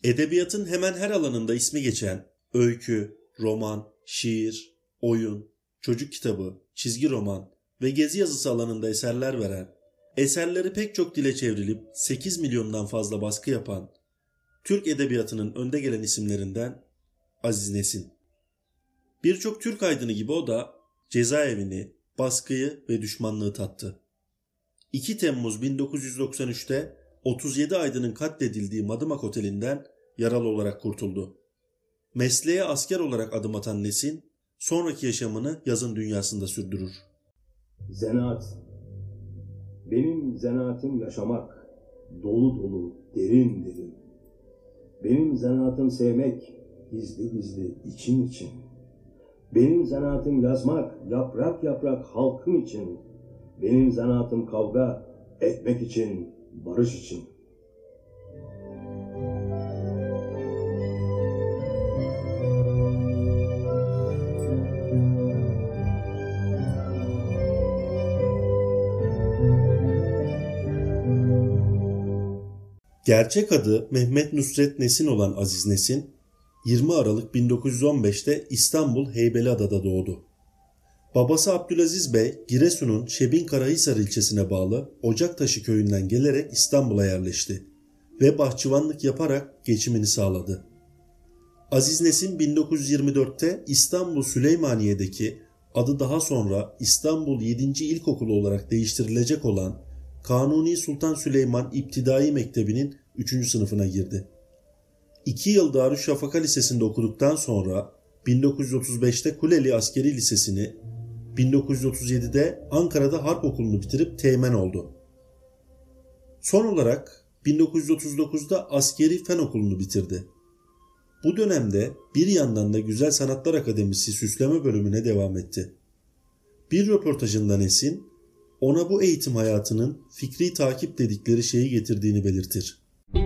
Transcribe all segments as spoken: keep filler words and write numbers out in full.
Edebiyatın hemen her alanında ismi geçen öykü, roman, şiir, oyun, çocuk kitabı, çizgi roman ve gezi yazısı alanında eserler veren, eserleri pek çok dile çevrilip sekiz milyondan fazla baskı yapan Türk edebiyatının önde gelen isimlerinden Aziz Nesin. Birçok Türk aydını gibi o da cezaevini, baskıyı ve düşmanlığı tattı. iki Temmuz bin dokuz yüz doksan üçte otuz yedi aydının katledildiği Madımak Oteli'nden yaralı olarak kurtuldu. Mesleğe asker olarak adım atan Nesin, sonraki yaşamını yazın dünyasında sürdürür. Zanaat. Benim zanaatim yaşamak, dolu dolu, derin derin. Benim zanaatım sevmek, gizli gizli, için için. Benim zanaatım yazmak, yaprak yaprak halkım için. Benim zanaatım kavga, etmek için, barış için. Gerçek adı Mehmet Nusret Nesin olan Aziz Nesin, yirmi Aralık bin dokuz yüz on beşte İstanbul Heybeliada'da doğdu. Babası Abdülaziz Bey, Giresun'un Şebinkarahisar ilçesine bağlı Ocaktaşı köyünden gelerek İstanbul'a yerleşti ve bahçıvanlık yaparak geçimini sağladı. Aziz Nesin bin dokuz yüz yirmi dörtte İstanbul Süleymaniye'deki adı daha sonra İstanbul yedinci İlkokulu olarak değiştirilecek olan Kanuni Sultan Süleyman İptidai Mektebi'nin üçüncü sınıfına girdi. İki yıl Darüşşafaka Lisesi'nde okuduktan sonra bin dokuz yüz otuz beşte Kuleli Askeri Lisesi'ni, bin dokuz yüz otuz yedide Ankara'da Harp Okulu'nu bitirip teğmen oldu. Son olarak bin dokuz yüz otuz dokuzda Askeri Fen Okulu'nu bitirdi. Bu dönemde bir yandan da Güzel Sanatlar Akademisi Süsleme bölümüne devam etti. Bir röportajında Nesin, ona bu eğitim hayatının fikri takip dedikleri şeyi getirdiğini belirtir.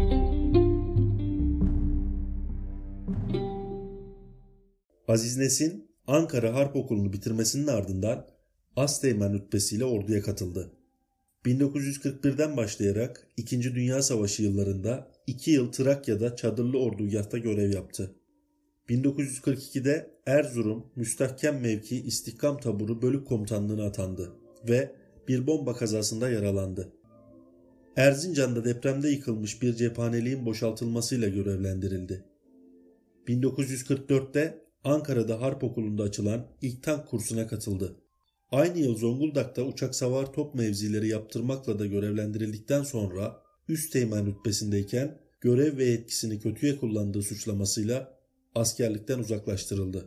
Aziz Nesin, Ankara Harp Okulu'nu bitirmesinin ardından Asteğmen rütbesiyle orduya katıldı. bin dokuz yüz kırk birden başlayarak İkinci Dünya Savaşı yıllarında iki yıl Trakya'da Çadırlı Ordugah'ta görev yaptı. bin dokuz yüz kırk ikide Erzurum Müstahkem Mevki İstihkam Taburu Bölük Komutanlığı'na atandı ve bir bomba kazasında yaralandı. Erzincan'da depremde yıkılmış bir cephaneliğin boşaltılmasıyla görevlendirildi. bin dokuz yüz kırk dörtte Ankara'da Harp Okulu'nda açılan ilk tank kursuna katıldı. Aynı yıl Zonguldak'ta uçak savar top mevzileri yaptırmakla da görevlendirildikten sonra üsteğmen rütbesindeyken görev ve yetkisini kötüye kullandığı suçlamasıyla askerlikten uzaklaştırıldı.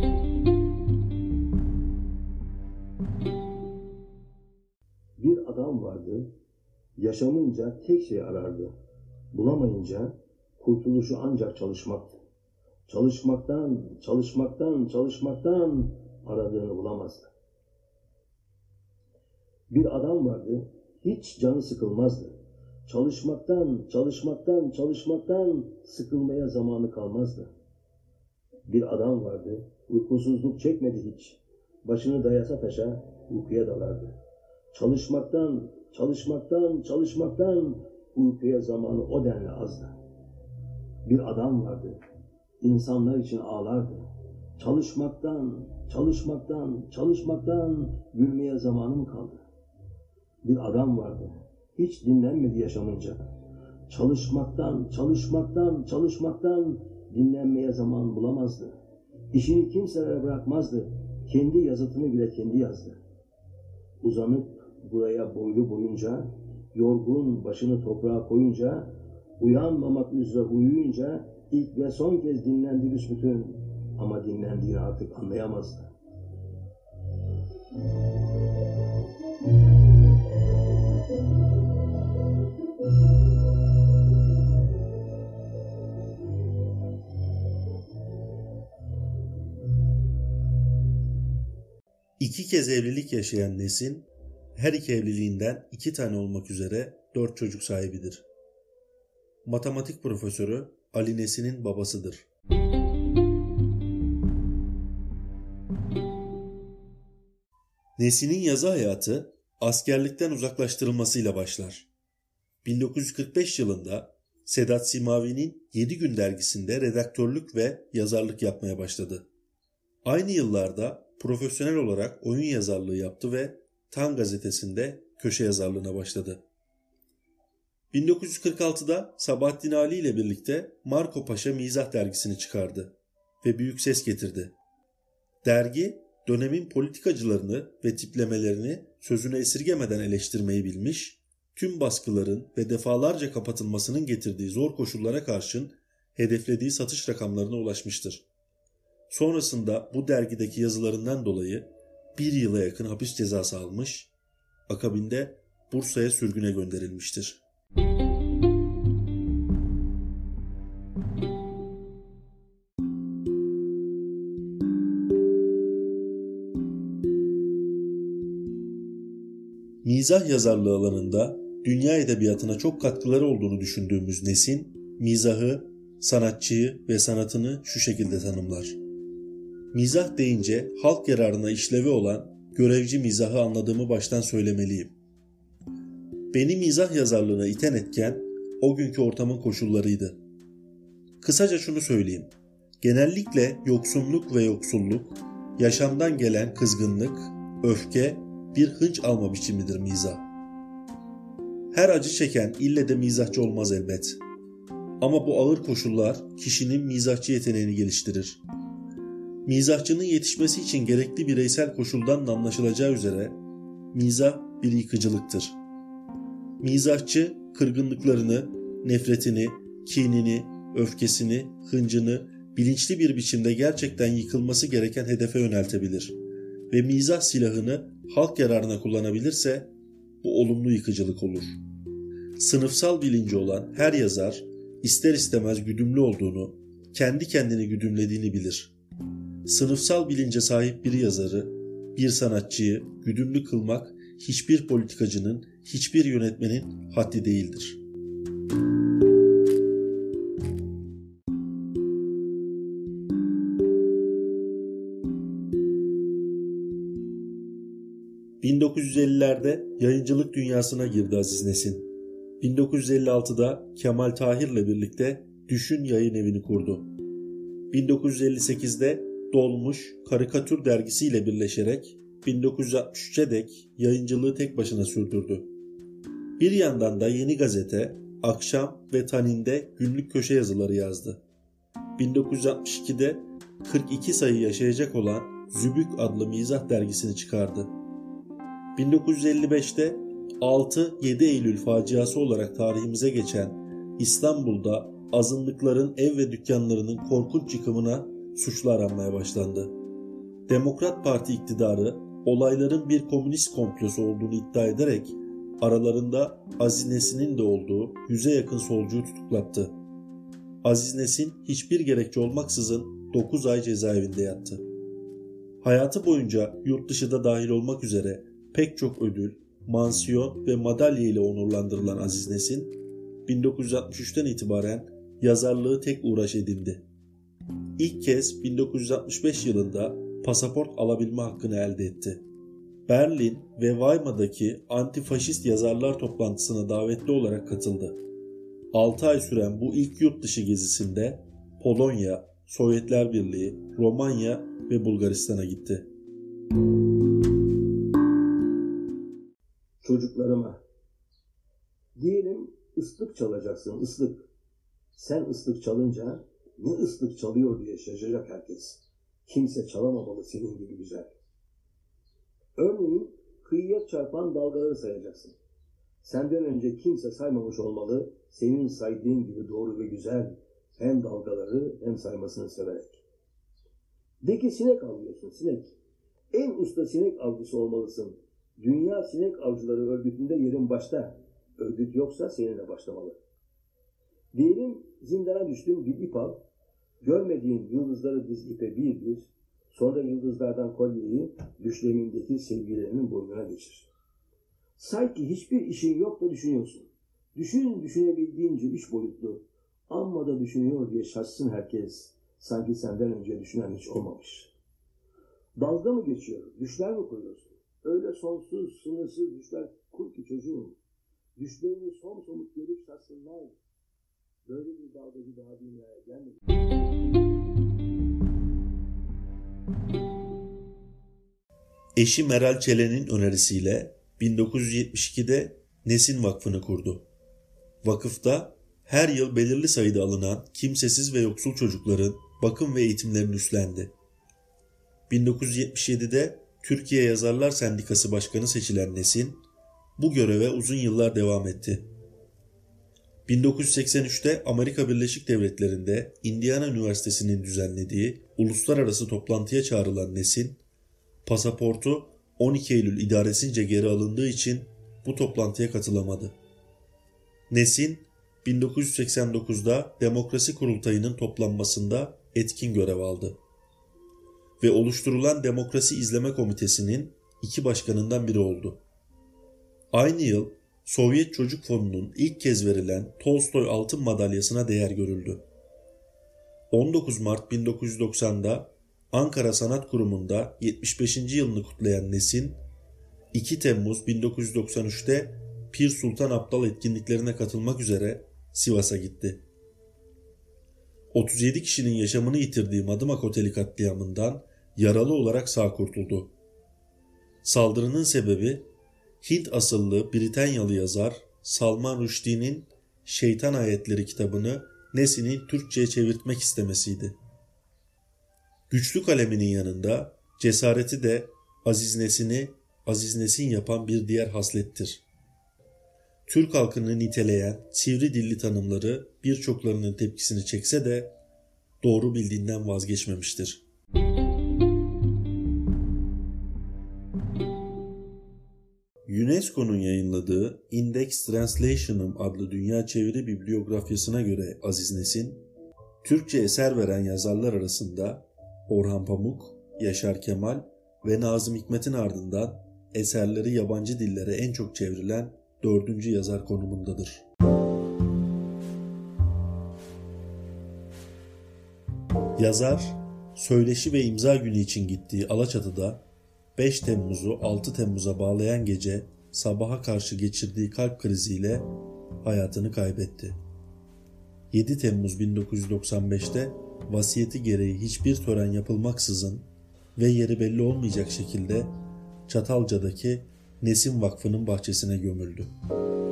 Bir adam vardı, yaşamınca tek şey arardı. Bulamayınca kurtuluşu ancak çalışmaktı. Çalışmaktan, çalışmaktan, çalışmaktan aradığını bulamazdı. Bir adam vardı, hiç canı sıkılmazdı. Çalışmaktan, çalışmaktan, çalışmaktan sıkılmaya zamanı kalmazdı. Bir adam vardı, uykusuzluk çekmedi hiç. Başını dayasa taşa uykuya dalardı. Çalışmaktan, çalışmaktan, çalışmaktan uykuya zamanı o denli azdı. Bir adam vardı, insanlar için ağlardı. Çalışmaktan, çalışmaktan, çalışmaktan gülmeye zamanı mı kaldı? Bir adam vardı, hiç dinlenmedi yaşamınca. Çalışmaktan, çalışmaktan, çalışmaktan dinlenmeye zaman bulamazdı. İşini kimselere bırakmazdı. Kendi yazıtını bile kendi yazdı. Uzanıp buraya boylu boyunca, yorgun başını toprağa koyunca, uyanmamak üzere uyuyunca ilk ve son kez dinlendi büsbütün. Ama dinlendiğini artık anlayamazdı. İki kez evlilik yaşayan Nesin, her iki evliliğinden iki tane olmak üzere dört çocuk sahibidir. Matematik profesörü Ali Nesin'in babasıdır. Nesin'in yazı hayatı askerlikten uzaklaştırılmasıyla başlar. bin dokuz yüz kırk beş yılında Sedat Simavi'nin Yedi Gün dergisinde redaktörlük ve yazarlık yapmaya başladı. Aynı yıllarda profesyonel olarak oyun yazarlığı yaptı ve Tan gazetesinde köşe yazarlığına başladı. bin dokuz yüz kırk altıda Sabahattin Ali ile birlikte Marco Paşa Mizah dergisini çıkardı ve büyük ses getirdi. Dergi, dönemin politikacılarını ve tiplemelerini sözünü esirgemeden eleştirmeyi bilmiş, tüm baskıların ve defalarca kapatılmasının getirdiği zor koşullara karşın hedeflediği satış rakamlarına ulaşmıştır. Sonrasında bu dergideki yazılarından dolayı bir yıla yakın hapis cezası almış, akabinde Bursa'ya sürgüne gönderilmiştir. Mizah yazarlığı alanında dünya edebiyatına çok katkıları olduğunu düşündüğümüz Nesin, mizahı, sanatçıyı ve sanatını şu şekilde tanımlar. Mizah deyince halk yararına işlevi olan görevci mizahı anladığımı baştan söylemeliyim. Beni mizah yazarlığına iten etken o günkü ortamın koşullarıydı. Kısaca şunu söyleyeyim. Genellikle yoksunluk ve yoksulluk, yaşamdan gelen kızgınlık, öfke, bir hınç alma biçimidir mizah. Her acı çeken ille de mizahçı olmaz elbet. Ama bu ağır koşullar kişinin mizahçı yeteneğini geliştirir. Mizahçının yetişmesi için gerekli bireysel koşuldan da anlaşılacağı üzere mizah bir yıkıcılıktır. Mizahçı kırgınlıklarını, nefretini, kinini, öfkesini, hıncını bilinçli bir biçimde gerçekten yıkılması gereken hedefe yöneltebilir ve mizah silahını halk yararına kullanabilirse bu olumlu yıkıcılık olur. Sınıfsal bilinci olan her yazar ister istemez güdümlü olduğunu, kendi kendini güdümlediğini bilir. Sınıfsal bilince sahip bir yazarı, bir sanatçıyı güdümlü kılmak hiçbir politikacının, hiçbir yönetmenin haddi değildir. bin dokuz yüz ellilerde yayıncılık dünyasına girdi Aziz Nesin. bin dokuz yüz elli altıda Kemal Tahir'le birlikte Düşün Yayın Evi'ni kurdu. bin dokuz yüz elli sekizde Dolmuş Karikatür dergisiyle birleşerek bin dokuz yüz altmış üçe dek yayıncılığı tek başına sürdürdü. Bir yandan da Yeni Gazete, Akşam ve Tanin'de günlük köşe yazıları yazdı. bin dokuz yüz altmış ikide kırk iki sayı yaşayacak olan Zübük adlı mizah dergisini çıkardı. bin dokuz yüz elli beşte altı yedi Eylül faciası olarak tarihimize geçen İstanbul'da azınlıkların ev ve dükkanlarının korkunç yıkımına suçlu aranmaya başlandı. Demokrat Parti iktidarı olayların bir komünist komplosu olduğunu iddia ederek aralarında Aziz Nesin'in de olduğu yüze yakın solcuyu tutuklattı. Aziz Nesin hiçbir gerekçe olmaksızın dokuz ay cezaevinde yattı. Hayatı boyunca yurt dışı da dahil olmak üzere pek çok ödül, mansiyon ve madalya ile onurlandırılan Aziz Nesin, bin dokuz yüz altmış üçten itibaren yazarlığı tek uğraş edindi. İlk kez bin dokuz yüz altmış beş yılında pasaport alabilme hakkını elde etti. Berlin ve Weimar'daki antifaşist yazarlar toplantısına davetli olarak katıldı. altı ay süren bu ilk yurt dışı gezisinde Polonya, Sovyetler Birliği, Romanya ve Bulgaristan'a gitti. Çocuklarıma, diyelim ıslık çalacaksın, ıslık. Sen ıslık çalınca ne ıslık çalıyor diye şaşacak herkes. Kimse çalamamalı senin gibi güzel. Örneğin kıyıya çarpan dalgaları sayacaksın. Senden önce kimse saymamış olmalı, senin saydığın gibi doğru ve güzel, hem dalgaları hem saymasını severek. De ki sinek avlıyorsun, sinek. En usta sinek avcısı olmalısın. Dünya Sinek Avcıları Örgütü'nde yerin başta. Örgüt yoksa seninle başlamalı. Diyelim zindana düştün, bir ip al. Görmediğin yıldızları diz ipe bir bir. Sonra yıldızlardan kolyeyi düşlemindeki sevgililerinin boynuna geçir. Say ki hiçbir işin yok da düşünüyorsun. Düşün düşünebildiğince üç boyutlu. Amma da düşünüyor diye şaşsın herkes. Sanki senden önce düşünen hiç olmamış. Dalga mı geçiyor? Düşler mi koyuyorsun? Öyle sonsuz, sınırsız düşler kur ki çocuğum. Düşlerini son somut görüp şaşsınlar. Böyle bir dalgacı daha dünyaya gelmedi. Eşi Meral Çelen'in önerisiyle bin dokuz yüz yetmiş ikide Nesin Vakfı'nı kurdu. Vakıfta her yıl belirli sayıda alınan kimsesiz ve yoksul çocukların bakım ve eğitimlerini üstlendi. bin dokuz yüz yetmiş yedide Türkiye Yazarlar Sendikası Başkanı seçilen Nesin, bu göreve uzun yıllar devam etti. bin dokuz yüz seksen üçte Amerika Birleşik Devletleri'nde Indiana Üniversitesi'nin düzenlediği uluslararası toplantıya çağrılan Nesin, pasaportu on iki Eylül idaresince geri alındığı için bu toplantıya katılamadı. Nesin, bin dokuz yüz seksen dokuzda Demokrasi Kurultayı'nın toplanmasında etkin görev aldı ve oluşturulan Demokrasi İzleme Komitesi'nin iki başkanından biri oldu. Aynı yıl Sovyet Çocuk Fonu'nun ilk kez verilen Tolstoy Altın Madalyası'na değer görüldü. on dokuz Mart bin dokuz yüz doksanda Ankara Sanat Kurumu'nda yetmiş beşinci yılını kutlayan Nesin, iki Temmuz bin dokuz yüz doksan üçte Pir Sultan Abdal etkinliklerine katılmak üzere Sivas'a gitti. otuz yedi kişinin yaşamını yitirdiği Madımak Oteli katliamından yaralı olarak sağ kurtuldu. Saldırının sebebi Hint asıllı Britanyalı yazar Salman Rushdie'nin Şeytan Ayetleri kitabını Nesin'in Türkçe'ye çevirtmek istemesiydi. Güçlü kaleminin yanında cesareti de Aziz Nesin'i Aziz Nesin yapan bir diğer haslettir. Türk halkını niteleyen sivri dilli tanımları birçoklarının tepkisini çekse de doğru bildiğinden vazgeçmemiştir. UNESCO'nun yayınladığı Index Translationum adlı dünya çeviri bibliografyasına göre Aziz Nesin, Türkçe eser veren yazarlar arasında Orhan Pamuk, Yaşar Kemal ve Nazım Hikmet'in ardından eserleri yabancı dillere en çok çevrilen dördüncü yazar konumundadır. Yazar, söyleşi ve imza günü için gittiği Alaçatı'da beş Temmuz'u altı Temmuz'a bağlayan gece sabaha karşı geçirdiği kalp kriziyle hayatını kaybetti. yedi Temmuz bin dokuz yüz doksan beşte vasiyeti gereği hiçbir tören yapılmaksızın ve yeri belli olmayacak şekilde Çatalca'daki Nesin Vakfı'nın bahçesine gömüldü.